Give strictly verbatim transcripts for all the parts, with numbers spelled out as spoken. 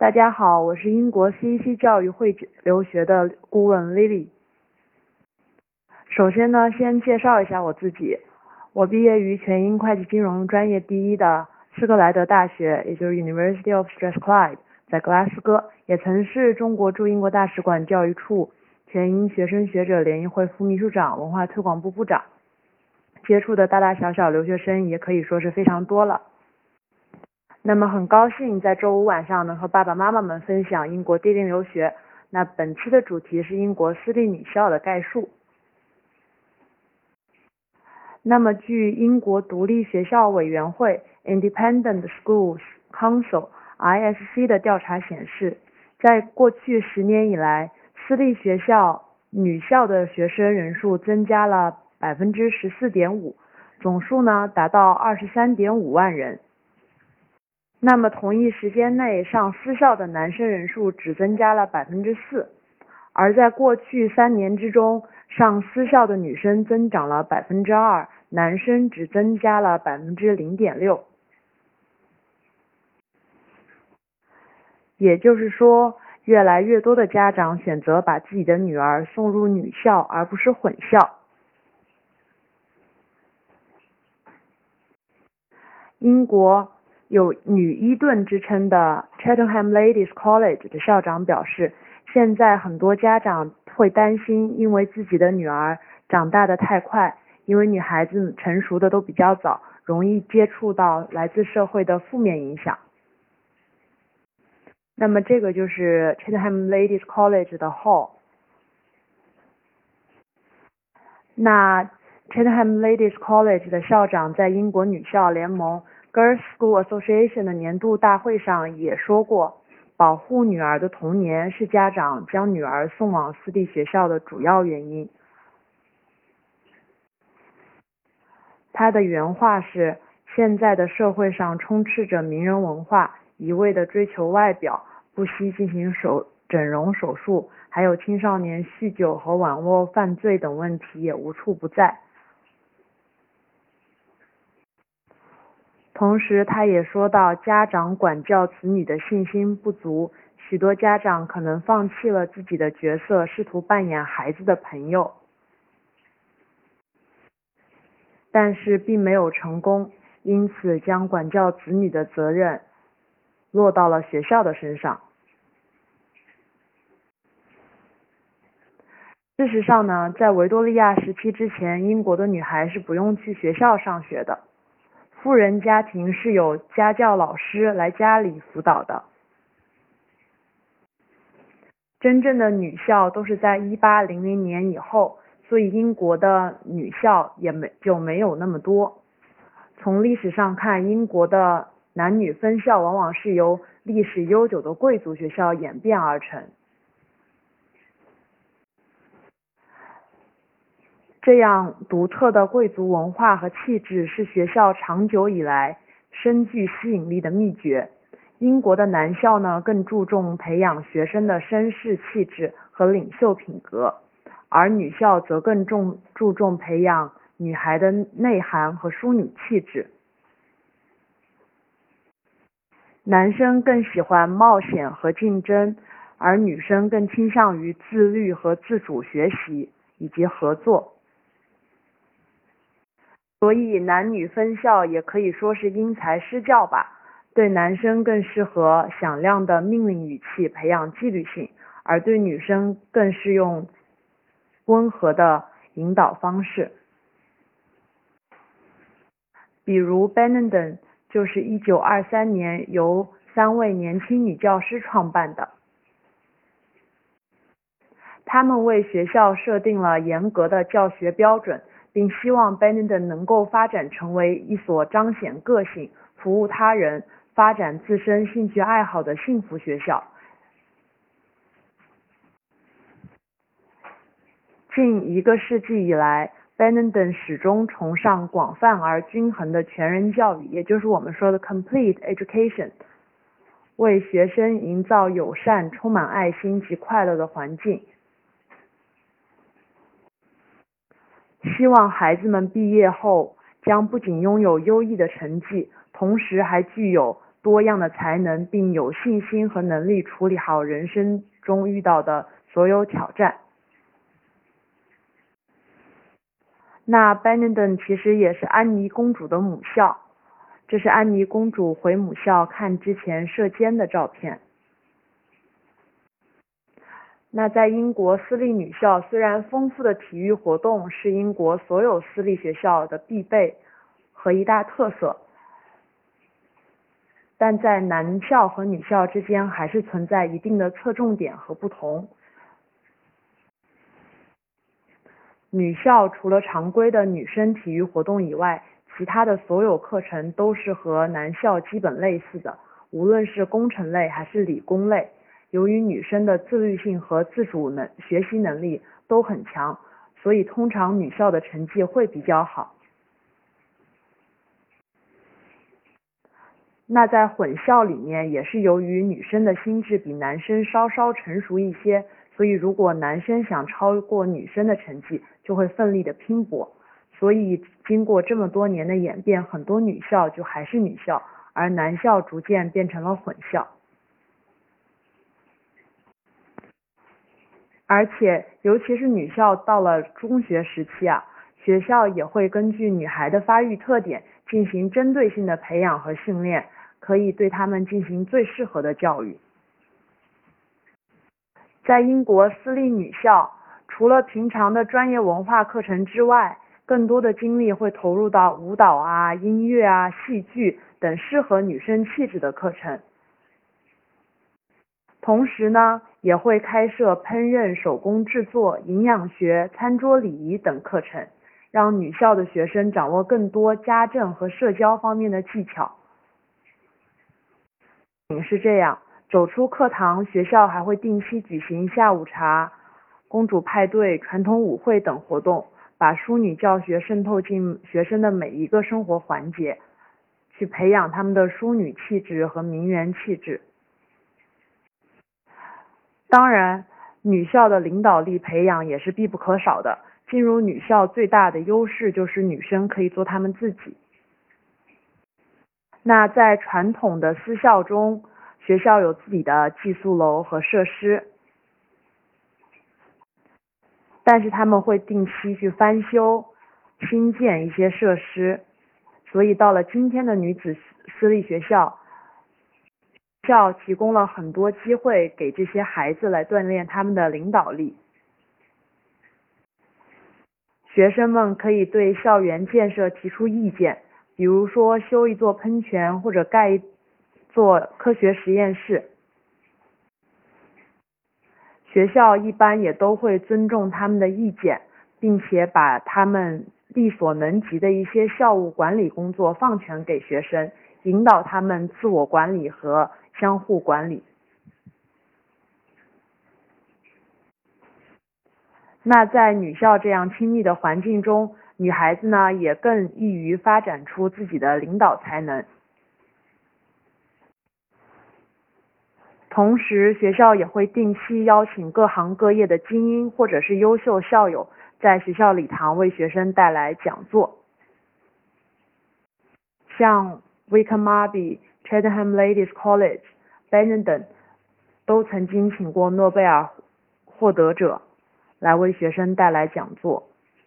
大家好，我是英国 C E C 教育会留学的顾问 Lily。首先呢，先介绍一下我自己。我毕业于全英会计金融专业第一的施克莱德大学，也就是 University of Strathclyde， 在格拉斯哥，也曾是中国驻英国大使馆教育处全英学生学者联谊会副秘书长、文化推广部部长。接触的大大小小留学生也可以说是非常多了。那么很高兴在周五晚上能和爸爸妈妈们分享英国低龄留学。那本期的主题是英国私立女校的概述。那么据英国独立学校委员会 Independent Schools Council I S C 的调查显示，在过去十年以来，私立学校女校的学生人数增加了 百分之十四点五， 总数呢达到 二十三点五万人。那么同一时间内上私校的男生人数只增加了 百分之四， 而在过去三年之中，上私校的女生增长了 百分之二， 男生只增加了 百分之零点六。 也就是说，越来越多的家长选择把自己的女儿送入女校而不是混校。英国有女伊顿之称的 Cheltenham Ladies College 的校长表示，现在很多家长会担心，因为自己的女儿长大的太快，因为女孩子成熟的都比较早，容易接触到来自社会的负面影响。那么这个就是 Cheltenham Ladies College 的 Hall。 那 Cheltenham Ladies College 的校长在英国女校联盟 Girls School Association 的年度大会上也说过，保护女儿的童年是家长将女儿送往私立学校的主要原因。他的原话是，现在的社会上充斥着名人文化，一味的追求外表，不惜进行手整容手术，还有青少年酗酒和网络犯罪等问题也无处不在。同时他也说到，家长管教子女的信心不足，许多家长可能放弃了自己的角色，试图扮演孩子的朋友，但是并没有成功，因此将管教子女的责任落到了学校的身上。事实上呢，在维多利亚时期之前，英国的女孩是不用去学校上学的，富人家庭是有家教老师来家里辅导的。真正的女校都是在一八零零年以后，所以英国的女校也没就没有那么多。从历史上看，英国的男女分校往往是由历史悠久的贵族学校演变而成。这样独特的贵族文化和气质是学校长久以来深具吸引力的秘诀。英国的男校呢，更注重培养学生的绅士气质和领袖品格，而女校则更重注重培养女孩的内涵和淑女气质。男生更喜欢冒险和竞争，而女生更倾向于自律和自主学习以及合作。所以男女分校也可以说是因材施教吧，对男生更适合响亮的命令语气培养纪律性，而对女生更适用温和的引导方式。比如 Benenden 就是一九二三年由三位年轻女教师创办的，他们为学校设定了严格的教学标准，并希望 Benenden 能够发展成为一所彰显个性、服务他人、发展自身兴趣爱好的幸福学校。近一个世纪以来， Benenden 始终崇尚广泛而均衡的全人教育，也就是我们说的 complete education， 为学生营造友善、充满爱心及快乐的环境，希望孩子们毕业后将不仅拥有优异的成绩，同时还具有多样的才能，并有信心和能力处理好人生中遇到的所有挑战。那 Benenden 其实也是安妮公主的母校，这是安妮公主回母校看之前射箭的照片。那在英国私立女校，虽然丰富的体育活动是英国所有私立学校的必备和一大特色，但在男校和女校之间还是存在一定的侧重点和不同。女校除了常规的女生体育活动以外，其他的所有课程都是和男校基本类似的，无论是工程类还是理工类。由于女生的自律性和自主能学习能力都很强，所以通常女校的成绩会比较好。那在混校里面，也是由于女生的心智比男生稍稍成熟一些，所以如果男生想超过女生的成绩，就会奋力的拼搏。所以经过这么多年的演变，很多女校就还是女校，而男校逐渐变成了混校。而且尤其是女校到了中学时期啊，学校也会根据女孩的发育特点进行针对性的培养和训练，可以对她们进行最适合的教育。在英国私立女校，除了平常的专业文化课程之外，更多的精力会投入到舞蹈啊、音乐啊、戏剧等适合女生气质的课程。同时呢，也会开设烹饪、手工制作、营养学、餐桌礼仪等课程，让女校的学生掌握更多家政和社交方面的技巧。也是这样，走出课堂，学校还会定期举行下午茶、公主派对、传统舞会等活动，把淑女教学渗透进学生的每一个生活环节，去培养他们的淑女气质和名媛气质。当然，女校的领导力培养也是必不可少的。进入女校最大的优势就是女生可以做她们自己。那在传统的私校中，学校有自己的寄宿楼和设施，但是他们会定期去翻修、新建一些设施。所以到了今天的女子私立学校，学校提供了很多机会给这些孩子来锻炼他们的领导力。学生们可以对校园建设提出意见，比如说修一座喷泉或者盖一座科学实验室。学校一般也都会尊重他们的意见，并且把他们力所能及的一些校务管理工作放权给学生，引导他们自我管理和相互管理。那在女校这样亲密的环境中，女孩子呢也更易于发展出自己的领导才能。同时，学校也会定期邀请各行各业的精英或者是优秀校友在学校礼堂为学生带来讲座。像 Wickham Abbey、Chatham Ladies College、Benenden 都曾经请过诺贝尔获得者来为学生带来讲座。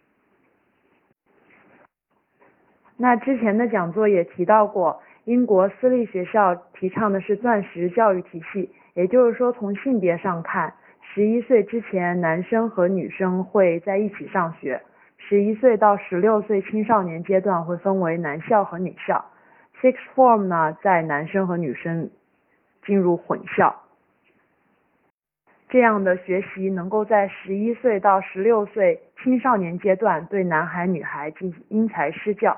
那之前的讲座也提到过，英国私立学校提倡的是钻石教育体系，也就是说从性别上看，十一岁之前男生和女生会在一起上学，十一岁到十六岁青少年阶段会分为男校和女校， Sixth Form 呢在男生和女生进入混校。这样的学习能够在十一岁到十六岁青少年阶段对男孩女孩进行因材施教。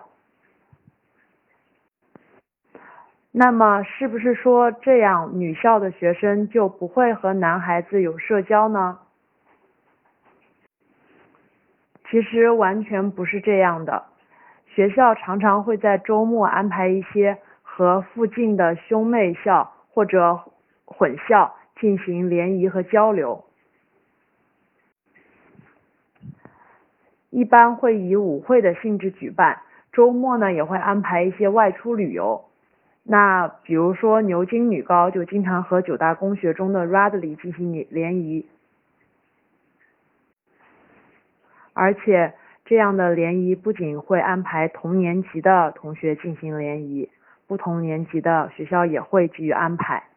那么是不是说这样女校的学生就不会和男孩子有社交呢？其实完全不是这样的，学校常常会在周末安排一些和附近的兄妹校或者混校进行联谊和交流，一般会以舞会的性质举办，周末呢也会安排一些外出旅游。 那比如说牛津女高就经常和九大公学中的 Radley 进行联谊，而且这样的联谊不仅会安排同年级的同学进行联谊，不同年级的学校也会给予安排。